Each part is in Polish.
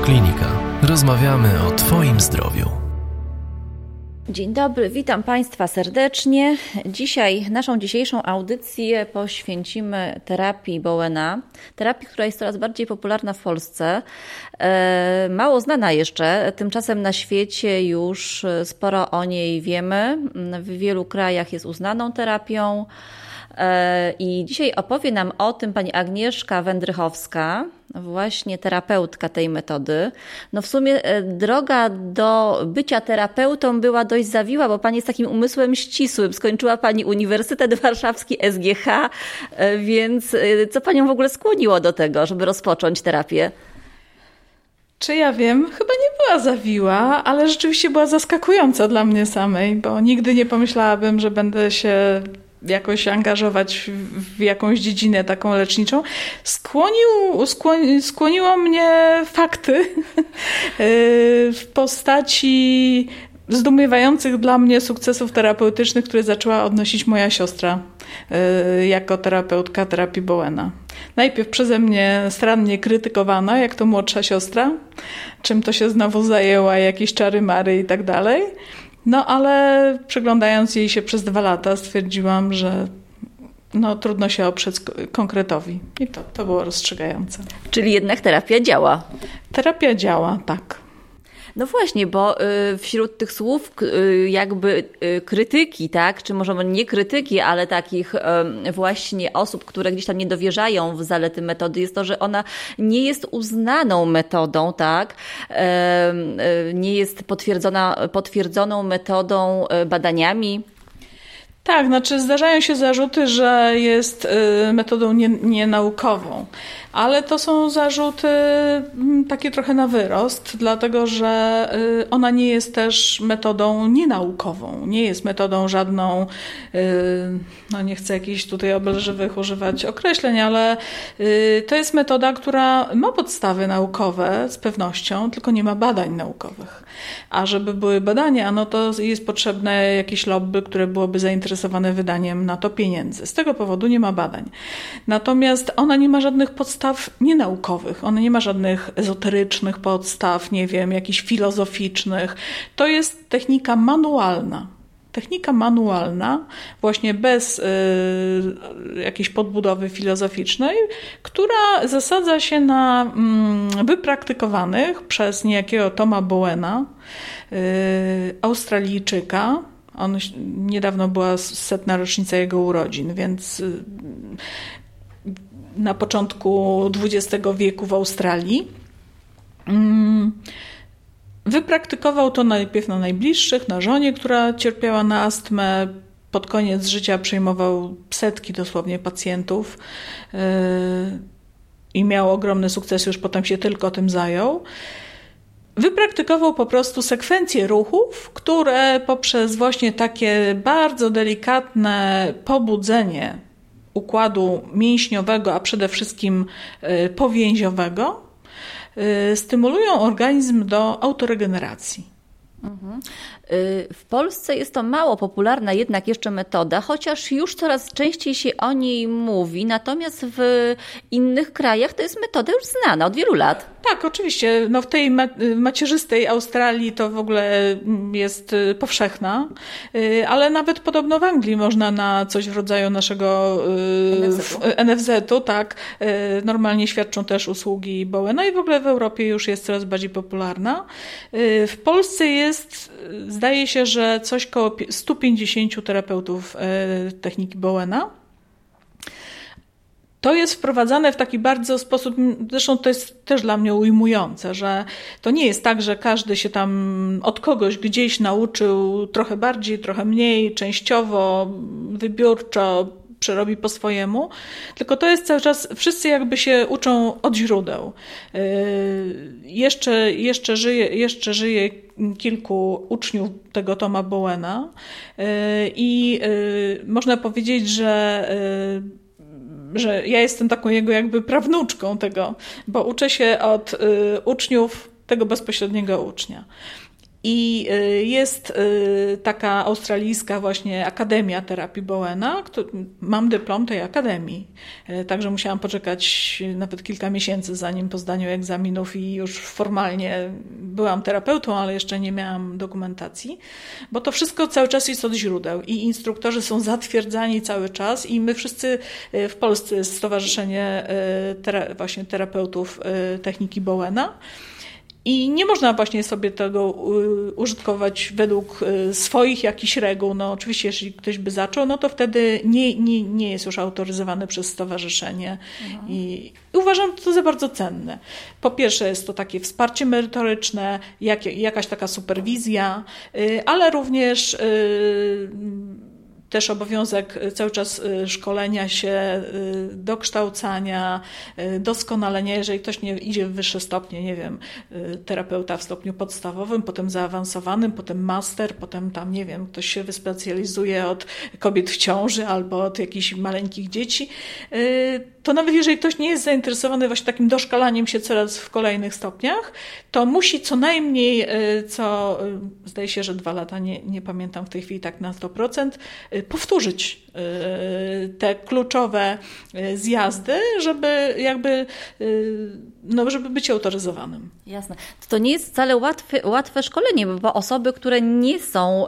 Klinika. Rozmawiamy o Twoim zdrowiu. Dzień dobry, witam Państwa serdecznie. Naszą dzisiejszą audycję poświęcimy terapii Bowena. Terapii, która jest coraz bardziej popularna w Polsce. Mało znana jeszcze, tymczasem na świecie już sporo o niej wiemy. W wielu krajach jest uznaną terapią. I dzisiaj opowie nam o tym pani Agnieszka Wędrychowska, właśnie terapeutka tej metody. No w sumie droga do bycia terapeutą była dość zawiła, bo pani jest takim umysłem ścisłym. Skończyła pani Uniwersytet Warszawski SGH, więc co panią w ogóle skłoniło do tego, żeby rozpocząć terapię? Czy ja wiem? Chyba nie była zawiła, ale rzeczywiście była zaskakująca dla mnie samej, bo nigdy nie pomyślałabym, że będę się jakoś angażować w jakąś dziedzinę taką leczniczą. Skłoniło mnie fakty w postaci zdumiewających dla mnie sukcesów terapeutycznych, które zaczęła odnosić moja siostra jako terapeutka terapii Bowena. Najpierw przeze mnie starannie krytykowana, jak to młodsza siostra, czym to się znowu zajęła, jakieś czary-mary i tak dalej. No ale przyglądając jej się przez 2 lata stwierdziłam, że trudno się oprzeć konkretowi. I to było rozstrzygające. Czyli jednak terapia działa. Terapia działa, tak. No właśnie, bo wśród tych słów jakby krytyki, tak, czy może nie krytyki, ale takich właśnie osób, które gdzieś tam nie dowierzają w zalety metody, jest to, że ona nie jest uznaną metodą, tak, nie jest potwierdzoną metodą badaniami. Tak, znaczy zdarzają się zarzuty, że jest metodą nienaukową, ale to są zarzuty takie trochę na wyrost, dlatego że ona nie jest też metodą nienaukową, nie jest metodą żadną, nie chcę jakichś tutaj obelżywych używać określeń, ale to jest metoda, która ma podstawy naukowe z pewnością, tylko nie ma badań naukowych. A żeby były badania, to jest potrzebne jakieś lobby, które byłoby zainteresowane wydaniem na to pieniędzy. Z tego powodu nie ma badań. Natomiast ona nie ma żadnych podstaw nienaukowych. Ona nie ma żadnych ezoterycznych podstaw, nie wiem, jakichś filozoficznych. To jest technika manualna. Technika manualna, właśnie bez jakiejś podbudowy filozoficznej, która zasadza się na wypraktykowanych przez niejakiego Toma Bowena, Australijczyka. Niedawno była 100. rocznica jego urodzin, więc na początku XX wieku w Australii. Wypraktykował to najpierw na najbliższych, na żonie, która cierpiała na astmę. Pod koniec życia przyjmował setki dosłownie pacjentów i miał ogromny sukces, już potem się tylko tym zajął. Wypraktykował po prostu sekwencję ruchów, które poprzez właśnie takie bardzo delikatne pobudzenie układu mięśniowego, a przede wszystkim powięziowego, stymulują organizm do autoregeneracji. W Polsce jest to mało popularna jednak jeszcze metoda, chociaż już coraz częściej się o niej mówi, natomiast w innych krajach to jest metoda już znana od wielu lat. Tak, oczywiście. W tej macierzystej Australii to w ogóle jest powszechna, ale nawet podobno w Anglii można na coś w rodzaju naszego NFZ-u, tak, normalnie świadczą też usługi Bowena i w ogóle w Europie już jest coraz bardziej popularna. W Polsce jest, zdaje się, że coś koło 150 terapeutów techniki Bowena. To jest wprowadzane w taki bardzo sposób, zresztą to jest też dla mnie ujmujące, że to nie jest tak, że każdy się tam od kogoś gdzieś nauczył trochę bardziej, trochę mniej, częściowo, wybiórczo, przerobi po swojemu, tylko to jest cały czas, wszyscy jakby się uczą od źródeł. Jeszcze żyje kilku uczniów tego Toma Bowena i można powiedzieć, że ja jestem taką jego jakby prawnuczką tego, bo uczę się od uczniów tego bezpośredniego ucznia. I jest taka australijska właśnie Akademia Terapii Bowena. Mam dyplom tej akademii, także musiałam poczekać nawet kilka miesięcy zanim po zdaniu egzaminów i już formalnie byłam terapeutą, ale jeszcze nie miałam dokumentacji, bo to wszystko cały czas jest od źródeł i instruktorzy są zatwierdzani cały czas i my wszyscy w Polsce jest Stowarzyszenie właśnie Terapeutów Techniki Bowena. I nie można właśnie sobie tego użytkować według swoich jakichś reguł. No oczywiście, jeśli ktoś by zaczął, no to wtedy nie jest już autoryzowany przez stowarzyszenie. I uważam to za bardzo cenne. Po pierwsze jest to takie wsparcie merytoryczne, jakaś taka superwizja, ale również też obowiązek cały czas szkolenia się, dokształcania, doskonalenia. Jeżeli ktoś nie idzie w wyższe stopnie, nie wiem, terapeuta w stopniu podstawowym, potem zaawansowanym, potem master, potem tam, nie wiem, ktoś się wyspecjalizuje od kobiet w ciąży albo od jakichś maleńkich dzieci, to nawet jeżeli ktoś nie jest zainteresowany właśnie takim doszkalaniem się coraz w kolejnych stopniach, to musi co najmniej, zdaje się, że 2 lata, nie pamiętam w tej chwili tak na 100%, powtórzyć te kluczowe zjazdy, żeby żeby być autoryzowanym. Jasne. To nie jest wcale łatwe szkolenie, bo osoby, które nie są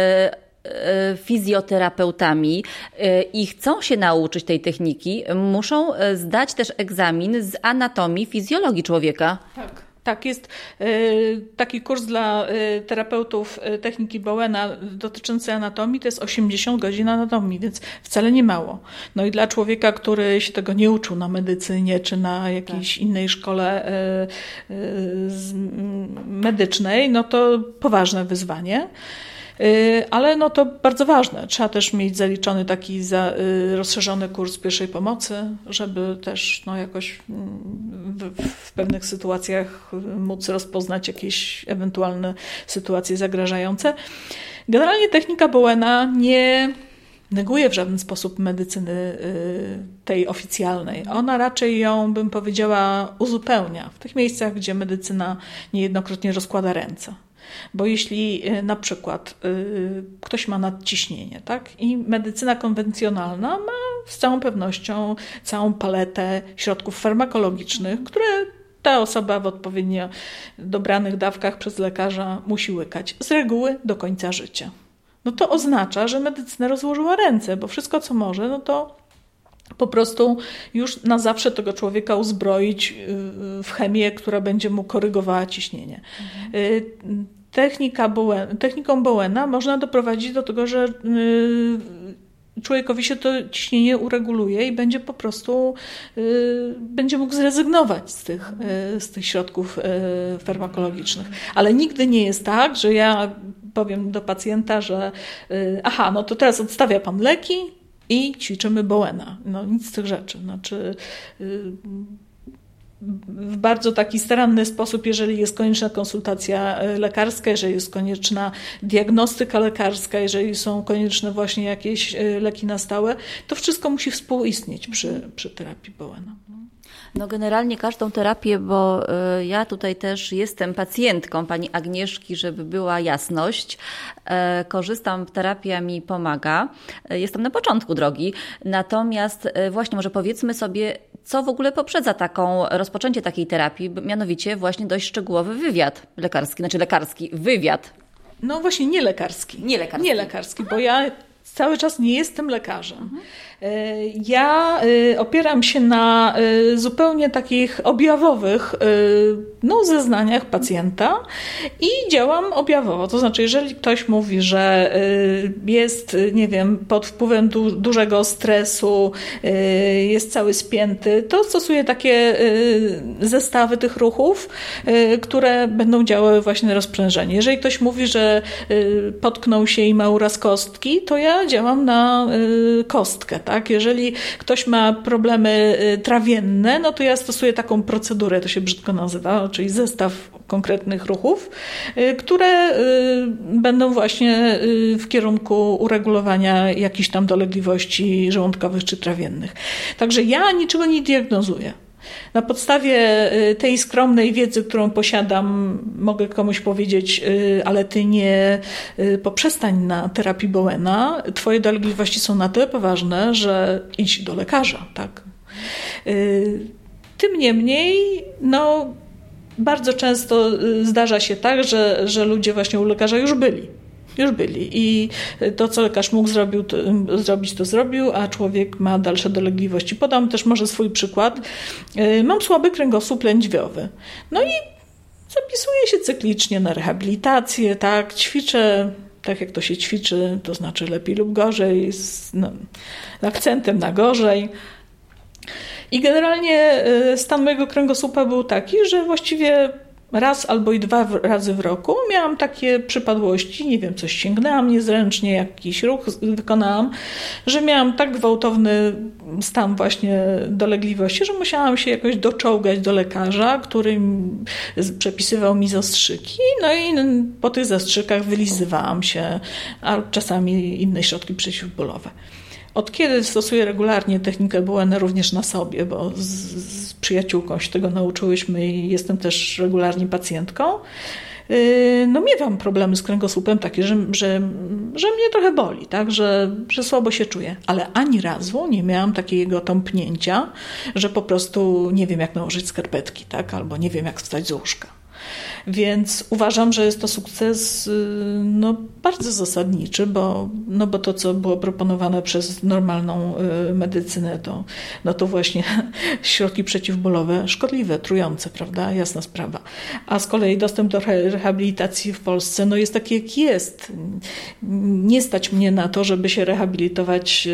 fizjoterapeutami i chcą się nauczyć tej techniki, muszą zdać też egzamin z anatomii, fizjologii człowieka. Tak, jest taki kurs dla terapeutów techniki Bowena dotyczący anatomii, to jest 80 godzin anatomii, więc wcale nie mało. No i dla człowieka, który się tego nie uczył na medycynie czy na jakiejś innej szkole medycznej, no to poważne wyzwanie. Ale no to bardzo ważne. Trzeba też mieć zaliczony taki rozszerzony kurs pierwszej pomocy, żeby też jakoś w pewnych sytuacjach móc rozpoznać jakieś ewentualne sytuacje zagrażające. Generalnie technika Bowena nie neguje w żaden sposób medycyny tej oficjalnej. Ona raczej ją, bym powiedziała, uzupełnia w tych miejscach, gdzie medycyna niejednokrotnie rozkłada ręce. Bo jeśli na przykład ktoś ma nadciśnienie, tak, i medycyna konwencjonalna ma z całą pewnością całą paletę środków farmakologicznych, które ta osoba w odpowiednio dobranych dawkach przez lekarza musi łykać z reguły do końca życia. No to oznacza, że medycyna rozłożyła ręce, bo wszystko co może, no to po prostu już na zawsze tego człowieka uzbroić w chemię, która będzie mu korygowała ciśnienie. Techniką Bowena można doprowadzić do tego, że człowiekowi się to ciśnienie ureguluje i będzie po prostu będzie mógł zrezygnować z tych środków farmakologicznych. Ale nigdy nie jest tak, że ja powiem do pacjenta, że no to teraz odstawia pan leki i ćwiczymy Bowena. No nic z tych rzeczy. Znaczy w bardzo taki staranny sposób, jeżeli jest konieczna konsultacja lekarska, jeżeli jest konieczna diagnostyka lekarska, jeżeli są konieczne właśnie jakieś leki na stałe, to wszystko musi współistnieć przy terapii Bowena. No generalnie każdą terapię, bo ja tutaj też jestem pacjentką pani Agnieszki, żeby była jasność. Korzystam, terapia mi pomaga. Jestem na początku drogi. Natomiast właśnie może powiedzmy sobie, co w ogóle poprzedza rozpoczęcie takiej terapii, mianowicie właśnie dość szczegółowy wywiad lekarski, wywiad. No właśnie nie lekarski. Nie lekarski, bo ja cały czas nie jestem lekarzem. Ja opieram się na zupełnie takich objawowych zeznaniach pacjenta i działam objawowo. To znaczy, jeżeli ktoś mówi, że jest, nie wiem, pod wpływem dużego stresu, jest cały spięty, to stosuję takie zestawy tych ruchów, które będą działały właśnie na rozprężenie. Jeżeli ktoś mówi, że potknął się i ma uraz kostki, to ja działam na kostkę. Tak? Jeżeli ktoś ma problemy trawienne, no to ja stosuję taką procedurę, to się brzydko nazywa, czyli zestaw konkretnych ruchów, które będą właśnie w kierunku uregulowania jakichś tam dolegliwości żołądkowych czy trawiennych. Także ja niczego nie diagnozuję. Na podstawie tej skromnej wiedzy, którą posiadam, mogę komuś powiedzieć, ale ty nie poprzestań na terapii Bowena. Twoje dolegliwości są na tyle poważne, że idź do lekarza, tak? Tym niemniej, bardzo często zdarza się tak, że ludzie właśnie u lekarza już byli. I to, co lekarz mógł zrobić, to zrobił, a człowiek ma dalsze dolegliwości. Podam też może swój przykład. Mam słaby kręgosłup lędźwiowy. I zapisuję się cyklicznie na rehabilitację, tak, ćwiczę tak, jak to się ćwiczy, to znaczy lepiej lub gorzej, z akcentem na gorzej. I generalnie stan mojego kręgosłupa był taki, że właściwie raz albo i 2 razy w roku miałam takie przypadłości, nie wiem, coś sięgnęłam niezręcznie, jakiś ruch wykonałam, że miałam tak gwałtowny stan właśnie dolegliwości, że musiałam się jakoś doczołgać do lekarza, który przepisywał mi zastrzyki, i po tych zastrzykach wylizywałam się, a czasami inne środki przeciwbólowe. Od kiedy stosuję regularnie technikę Bowena również na sobie, bo z przyjaciółką się tego nauczyłyśmy i jestem też regularnie pacjentką, miewam problemy z kręgosłupem takie, że mnie trochę boli, tak? że słabo się czuję. Ale ani razu nie miałam takiego tąpnięcia, że po prostu nie wiem, jak nałożyć skarpetki, tak? Albo nie wiem, jak wstać z łóżka. Więc uważam, że jest to sukces bardzo zasadniczy, bo to, co było proponowane przez normalną medycynę, to właśnie środki przeciwbólowe szkodliwe, trujące, prawda? Jasna sprawa. A z kolei dostęp do rehabilitacji w Polsce jest taki, jak jest. Nie stać mnie na to, żeby się rehabilitować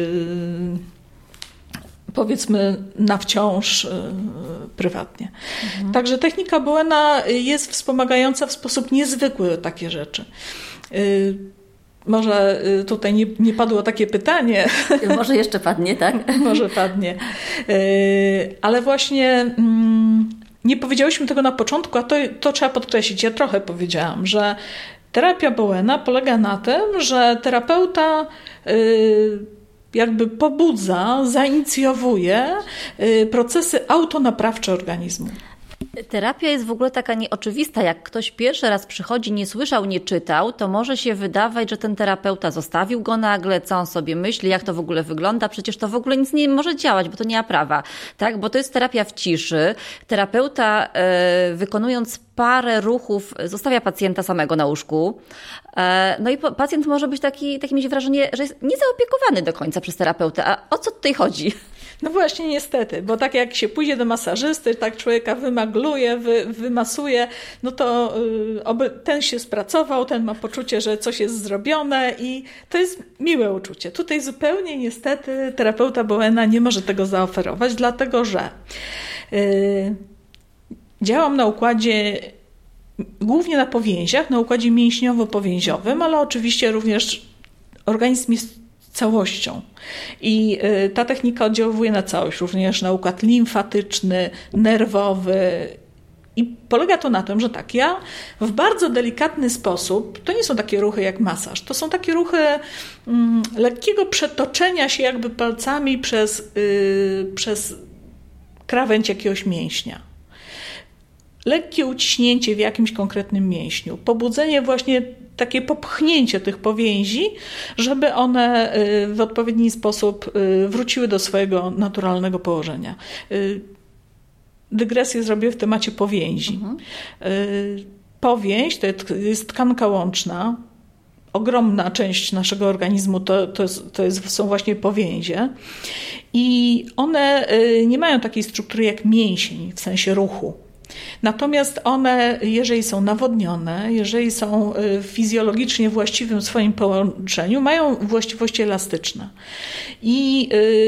powiedzmy na wciąż prywatnie. Także technika Bowena jest wspomagająca w sposób niezwykły takie rzeczy. Może tutaj nie padło takie pytanie. Może jeszcze padnie, tak? Może padnie. Ale właśnie nie powiedziałyśmy tego na początku, a to trzeba podkreślić. Ja trochę powiedziałam, że terapia Bowena polega na tym, że terapeuta jakby pobudza, zainicjowuje procesy autonaprawcze organizmu. Terapia jest w ogóle taka nieoczywista. Jak ktoś pierwszy raz przychodzi, nie słyszał, nie czytał, to może się wydawać, że ten terapeuta zostawił go nagle, co on sobie myśli, jak to w ogóle wygląda. Przecież to w ogóle nic nie może działać, bo to nie ma prawa. Tak? Bo to jest terapia w ciszy. Terapeuta wykonując parę ruchów zostawia pacjenta samego na łóżku. I pacjent może być takie mieć wrażenie, że jest niezaopiekowany do końca przez terapeutę. A o co tutaj chodzi? No właśnie niestety, bo tak jak się pójdzie do masażysty, tak człowieka wymagluje, wymasuje, to ten się spracował, ten ma poczucie, że coś jest zrobione i to jest miłe uczucie. Tutaj zupełnie niestety terapeuta Bowena nie może tego zaoferować, dlatego że działam na układzie, głównie na powięziach, na układzie mięśniowo-powięziowym, ale oczywiście również organizm jest całością. I ta technika oddziałuje na całość, również na układ limfatyczny, nerwowy. I polega to na tym, że ja w bardzo delikatny sposób, to nie są takie ruchy jak masaż, to są takie ruchy lekkiego przetoczenia się jakby palcami przez krawędź jakiegoś mięśnia. Lekkie uciśnięcie w jakimś konkretnym mięśniu, pobudzenie właśnie takie popchnięcie tych powięzi, żeby one w odpowiedni sposób wróciły do swojego naturalnego położenia. Dygresję zrobię w temacie powięzi. Powięź to jest tkanka łączna. Ogromna część naszego organizmu są właśnie powięzie i one nie mają takiej struktury jak mięsień w sensie ruchu. Natomiast one, jeżeli są nawodnione, jeżeli są w fizjologicznie właściwym swoim połączeniu, mają właściwości elastyczne. I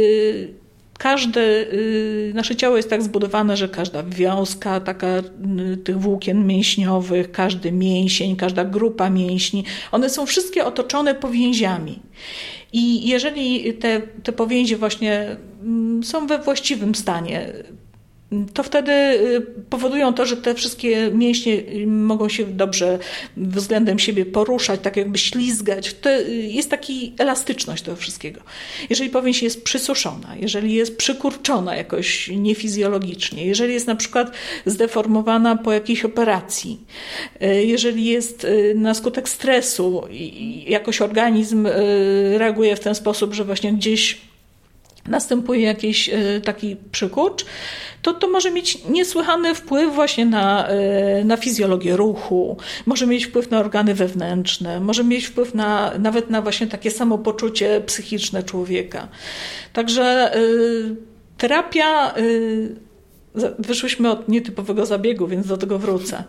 nasze ciało jest tak zbudowane, że każda wiązka tych włókien mięśniowych, każdy mięsień, każda grupa mięśni, one są wszystkie otoczone powięziami. I jeżeli te powięzie właśnie są we właściwym stanie, to wtedy powodują to, że te wszystkie mięśnie mogą się dobrze względem siebie poruszać, tak jakby ślizgać. To jest taki elastyczność tego wszystkiego. Jeżeli powięź jest przysuszona, jeżeli jest przykurczona jakoś niefizjologicznie, jeżeli jest na przykład zdeformowana po jakiejś operacji, jeżeli jest na skutek stresu i jakoś organizm reaguje w ten sposób, że właśnie gdzieś następuje jakiś taki przykurcz, to może mieć niesłychany wpływ właśnie na fizjologię ruchu, może mieć wpływ na organy wewnętrzne, może mieć wpływ nawet na właśnie takie samopoczucie psychiczne człowieka. Także terapia, wyszłyśmy od nietypowego zabiegu, więc do tego wrócę.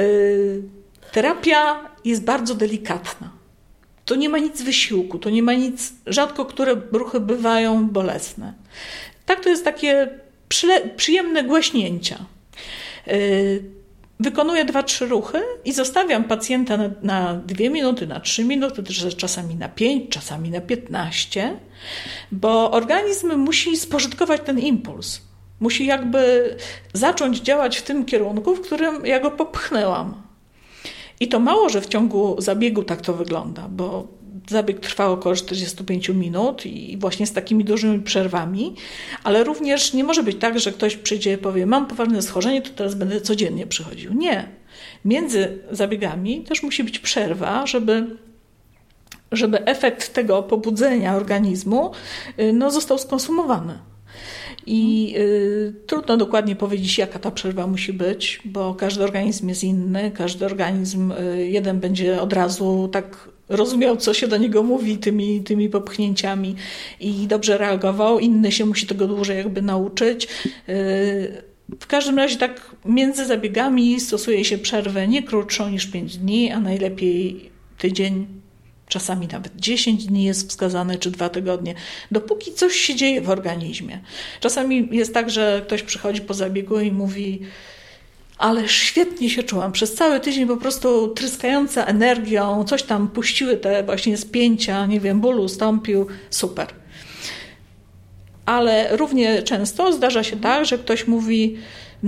Terapia jest bardzo delikatna. To nie ma nic wysiłku, to nie ma nic, rzadko które ruchy bywają bolesne. Tak, to jest takie przyjemne głęśnięcia. Wykonuję 2-3 ruchy i zostawiam pacjenta na 2 minuty, na 3 minuty, też czasami na 5, czasami na 15, bo organizm musi spożytkować ten impuls. Musi jakby zacząć działać w tym kierunku, w którym ja go popchnęłam. I to mało, że w ciągu zabiegu tak to wygląda, bo zabieg trwa około 45 minut i właśnie z takimi dużymi przerwami, ale również nie może być tak, że ktoś przyjdzie i powie, mam poważne schorzenie, to teraz będę codziennie przychodził. Nie. Między zabiegami też musi być przerwa, żeby efekt tego pobudzenia organizmu został skonsumowany. I trudno dokładnie powiedzieć, jaka ta przerwa musi być, bo każdy organizm jest inny, każdy organizm, jeden będzie od razu tak rozumiał, co się do niego mówi tymi popchnięciami i dobrze reagował, inny się musi tego dłużej jakby nauczyć. W każdym razie tak między zabiegami stosuje się przerwę nie krótszą niż 5 dni, a najlepiej tydzień. Czasami nawet 10 dni jest wskazane, czy 2 tygodnie, dopóki coś się dzieje w organizmie. Czasami jest tak, że ktoś przychodzi po zabiegu i mówi, ale świetnie się czułam, przez cały tydzień po prostu tryskająca energią, coś tam puściły te właśnie spięcia, nie wiem, ból ustąpił, super. Ale równie często zdarza się tak, że ktoś mówi,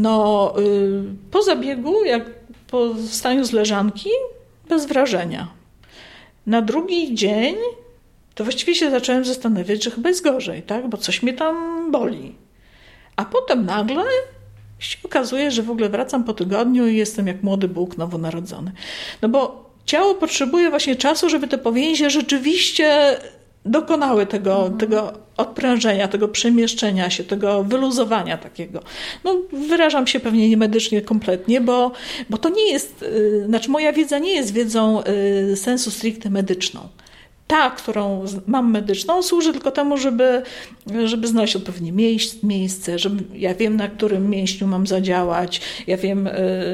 po zabiegu, jak po wstaniu z leżanki, bez wrażenia. Na drugi dzień to właściwie się zacząłem zastanawiać, że chyba jest gorzej, tak? Bo coś mnie tam boli. A potem nagle się okazuje, że w ogóle wracam po tygodniu i jestem jak młody Bóg nowonarodzony. No bo ciało potrzebuje właśnie czasu, żeby te powięzie rzeczywiście dokonały tego odprężenia, tego przemieszczenia się, tego wyluzowania takiego. Wyrażam się pewnie niemedycznie kompletnie, bo to nie jest, moja wiedza nie jest wiedzą sensu stricte medyczną. Ta, którą mam medyczną, służy tylko temu, żeby znaleźć odpowiednie miejsce, żeby ja wiem, na którym mięśniu mam zadziałać, ja wiem,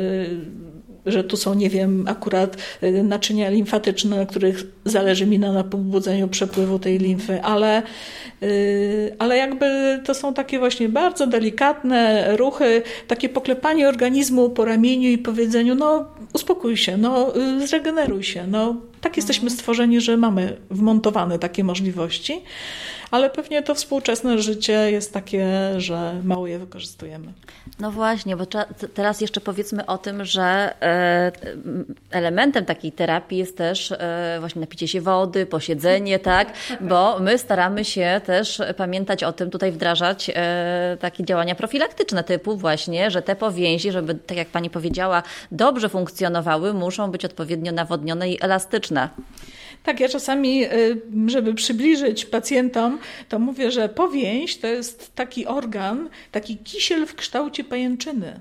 że tu są, nie wiem, akurat naczynia limfatyczne, na których zależy mi na pobudzeniu przepływu tej limfy, ale jakby to są takie właśnie bardzo delikatne ruchy, takie poklepanie organizmu po ramieniu i powiedzeniu, uspokój się, zregeneruj się. Tak jesteśmy stworzeni, że mamy wmontowane takie możliwości, ale pewnie to współczesne życie jest takie, że mało je wykorzystujemy. No właśnie, bo teraz jeszcze powiedzmy o tym, że elementem takiej terapii jest też właśnie napicie się wody, posiedzenie, tak? Bo my staramy się też pamiętać o tym, tutaj wdrażać takie działania profilaktyczne typu właśnie, że te powięzi, żeby, tak jak pani powiedziała, dobrze funkcjonowały, muszą być odpowiednio nawodnione i elastyczne. Tak, ja czasami, żeby przybliżyć pacjentom, to mówię, że powięź to jest taki organ, taki kisiel w kształcie pajęczyny.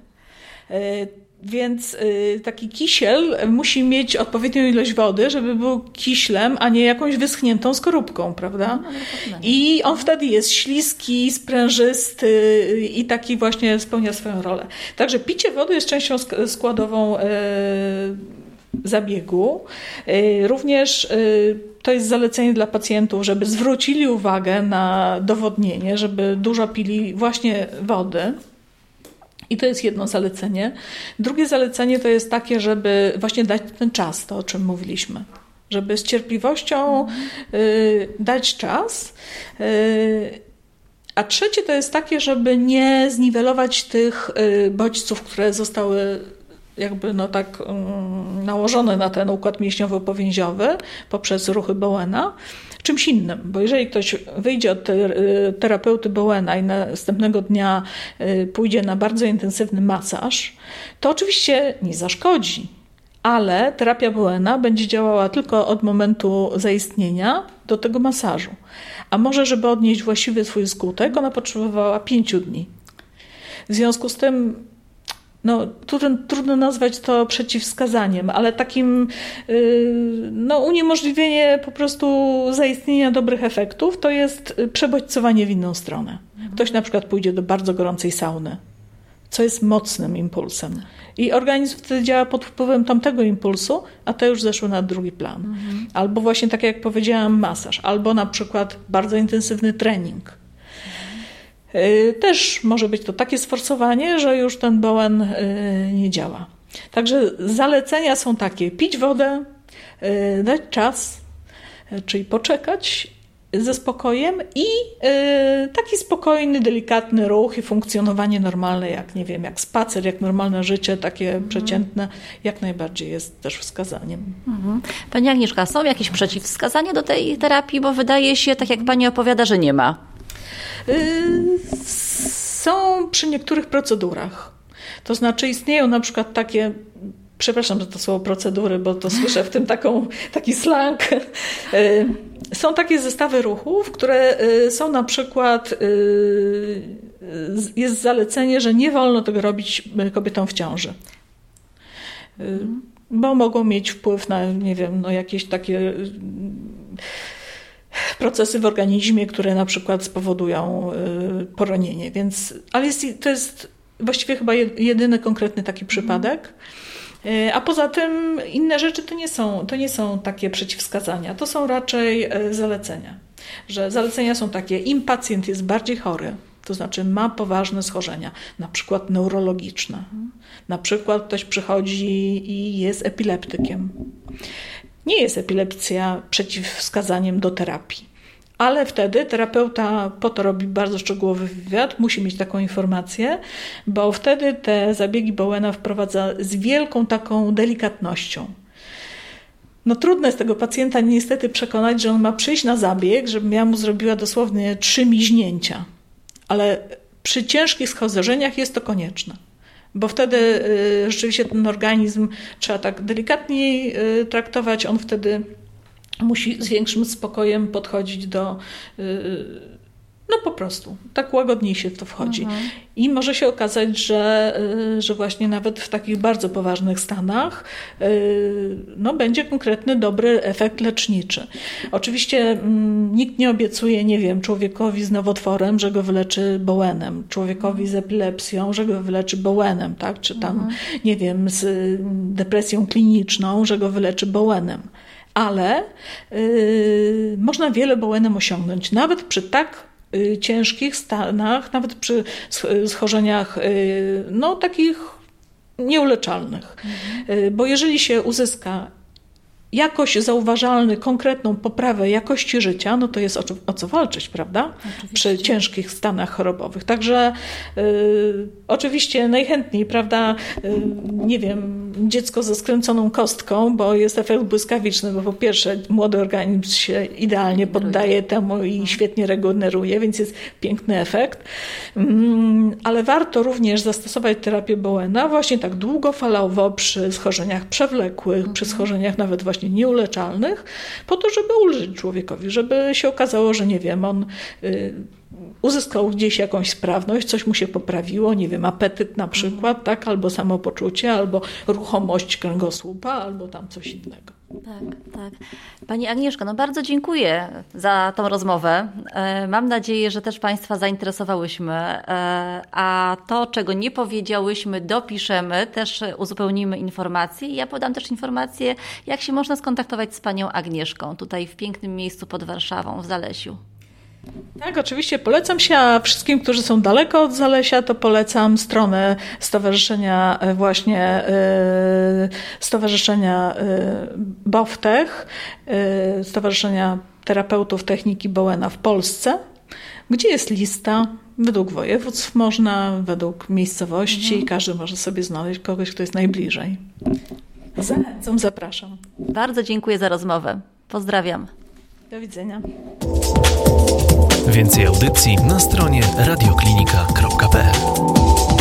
Więc taki kisiel musi mieć odpowiednią ilość wody, żeby był kiślem, a nie jakąś wyschniętą skorupką, prawda? I on wtedy jest śliski, sprężysty i taki właśnie spełnia swoją rolę. Także picie wody jest częścią składową zabiegu. Również to jest zalecenie dla pacjentów, żeby zwrócili uwagę na dowodnienie, żeby dużo pili właśnie wody. I to jest jedno zalecenie. Drugie zalecenie to jest takie, żeby właśnie dać ten czas, to o czym mówiliśmy. Żeby z cierpliwością dać czas, A trzecie to jest takie, żeby nie zniwelować tych bodźców, które zostały jakby nałożone na ten układ mięśniowo-powięziowy poprzez ruchy Bowena, czymś innym. Bo jeżeli ktoś wyjdzie od terapeuty Bowena i następnego dnia pójdzie na bardzo intensywny masaż, to oczywiście nie zaszkodzi, ale terapia Bowena będzie działała tylko od momentu zaistnienia do tego masażu. A może, żeby odnieść właściwy swój skutek, ona potrzebowała 5 dni. W związku z tym trudno nazwać to przeciwwskazaniem, ale takim uniemożliwienie po prostu zaistnienia dobrych efektów to jest przebodźcowanie w inną stronę. Ktoś na przykład pójdzie do bardzo gorącej sauny, co jest mocnym impulsem. I organizm wtedy działa pod wpływem tamtego impulsu, a to już zeszło na drugi plan. Albo właśnie tak jak powiedziałam, masaż, albo na przykład bardzo intensywny trening. Też może być to takie sforsowanie, że już ten Bowen nie działa. Także zalecenia są takie: pić wodę, dać czas, czyli poczekać ze spokojem i taki spokojny, delikatny ruch i funkcjonowanie normalne, jak spacer, jak normalne życie, takie przeciętne, jak najbardziej jest też wskazaniem. Pani Agnieszka, są jakieś przeciwwskazania do tej terapii? Bo wydaje się, tak jak Pani opowiada, że nie ma. Są przy niektórych procedurach. To znaczy istnieją na przykład takie, przepraszam za to słowo procedury, bo to słyszę w tym taki slang. Są takie zestawy ruchów, które są na przykład, jest zalecenie, że nie wolno tego robić kobietom w ciąży. Bo mogą mieć wpływ na, jakieś takie procesy w organizmie, które na przykład spowodują poronienie. Ale to jest właściwie chyba jedyny konkretny taki przypadek. A poza tym inne rzeczy to nie są takie przeciwwskazania. To są raczej zalecenia. Że zalecenia są takie: im pacjent jest bardziej chory, to znaczy ma poważne schorzenia, na przykład neurologiczne. Na przykład ktoś przychodzi i jest epileptykiem. Nie jest epilepsja przeciwwskazaniem do terapii, ale wtedy terapeuta po to robi bardzo szczegółowy wywiad, musi mieć taką informację, bo wtedy te zabiegi Bowena wprowadza z wielką taką delikatnością. Trudno jest tego pacjenta niestety przekonać, że on ma przyjść na zabieg, żebym ja mu zrobiła dosłownie 3 miźnięcia, ale przy ciężkich schorzeniach jest to konieczne. Bo wtedy rzeczywiście ten organizm trzeba tak delikatniej traktować. On wtedy musi z większym spokojem podchodzić do... po prostu. Tak łagodniej się w to wchodzi. I może się okazać, że właśnie nawet w takich bardzo poważnych stanach będzie konkretny, dobry efekt leczniczy. Oczywiście nikt nie obiecuje, człowiekowi z nowotworem, że go wyleczy Bowenem, człowiekowi z epilepsją, że go wyleczy Bowenem, tak? Czy tam, z depresją kliniczną, że go wyleczy Bowenem. Ale można wiele Bowenem osiągnąć, nawet przy tak ciężkich stanach, nawet przy schorzeniach takich nieuleczalnych. Bo jeżeli się uzyska jakoś zauważalny, konkretną poprawę jakości życia, to jest o co walczyć, prawda? Oczywiście. Przy ciężkich stanach chorobowych. Także oczywiście najchętniej, prawda, dziecko ze skręconą kostką, bo jest efekt błyskawiczny, bo po pierwsze młody organizm się idealnie poddaje temu i świetnie regeneruje, więc jest piękny efekt. Ale warto również zastosować terapię Bowena właśnie tak długofalowo przy schorzeniach przewlekłych, przy schorzeniach nawet właśnie nieuleczalnych, po to, żeby ulżyć człowiekowi, żeby się okazało, że on uzyskał gdzieś jakąś sprawność, coś mu się poprawiło, apetyt na przykład, tak, albo samopoczucie, albo ruchomość kręgosłupa, albo tam coś innego. Tak. Pani Agnieszko, bardzo dziękuję za tą rozmowę. Mam nadzieję, że też Państwa zainteresowałyśmy, a to, czego nie powiedziałyśmy, dopiszemy, też uzupełnimy informacje. Ja podam też informację, jak się można skontaktować z Panią Agnieszką, tutaj w pięknym miejscu pod Warszawą, w Zalesiu. Tak, oczywiście polecam się, a wszystkim, którzy są daleko od Zalesia, to polecam stronę stowarzyszenia BOWTech, Stowarzyszenia Terapeutów Techniki Bowena w Polsce. gdzie jest lista według województw, można według miejscowości. Każdy może sobie znaleźć kogoś, kto jest najbliżej. Zachęcam, zapraszam. Bardzo dziękuję za rozmowę. Pozdrawiam. Do widzenia. Więcej audycji na stronie radioklinika.pl.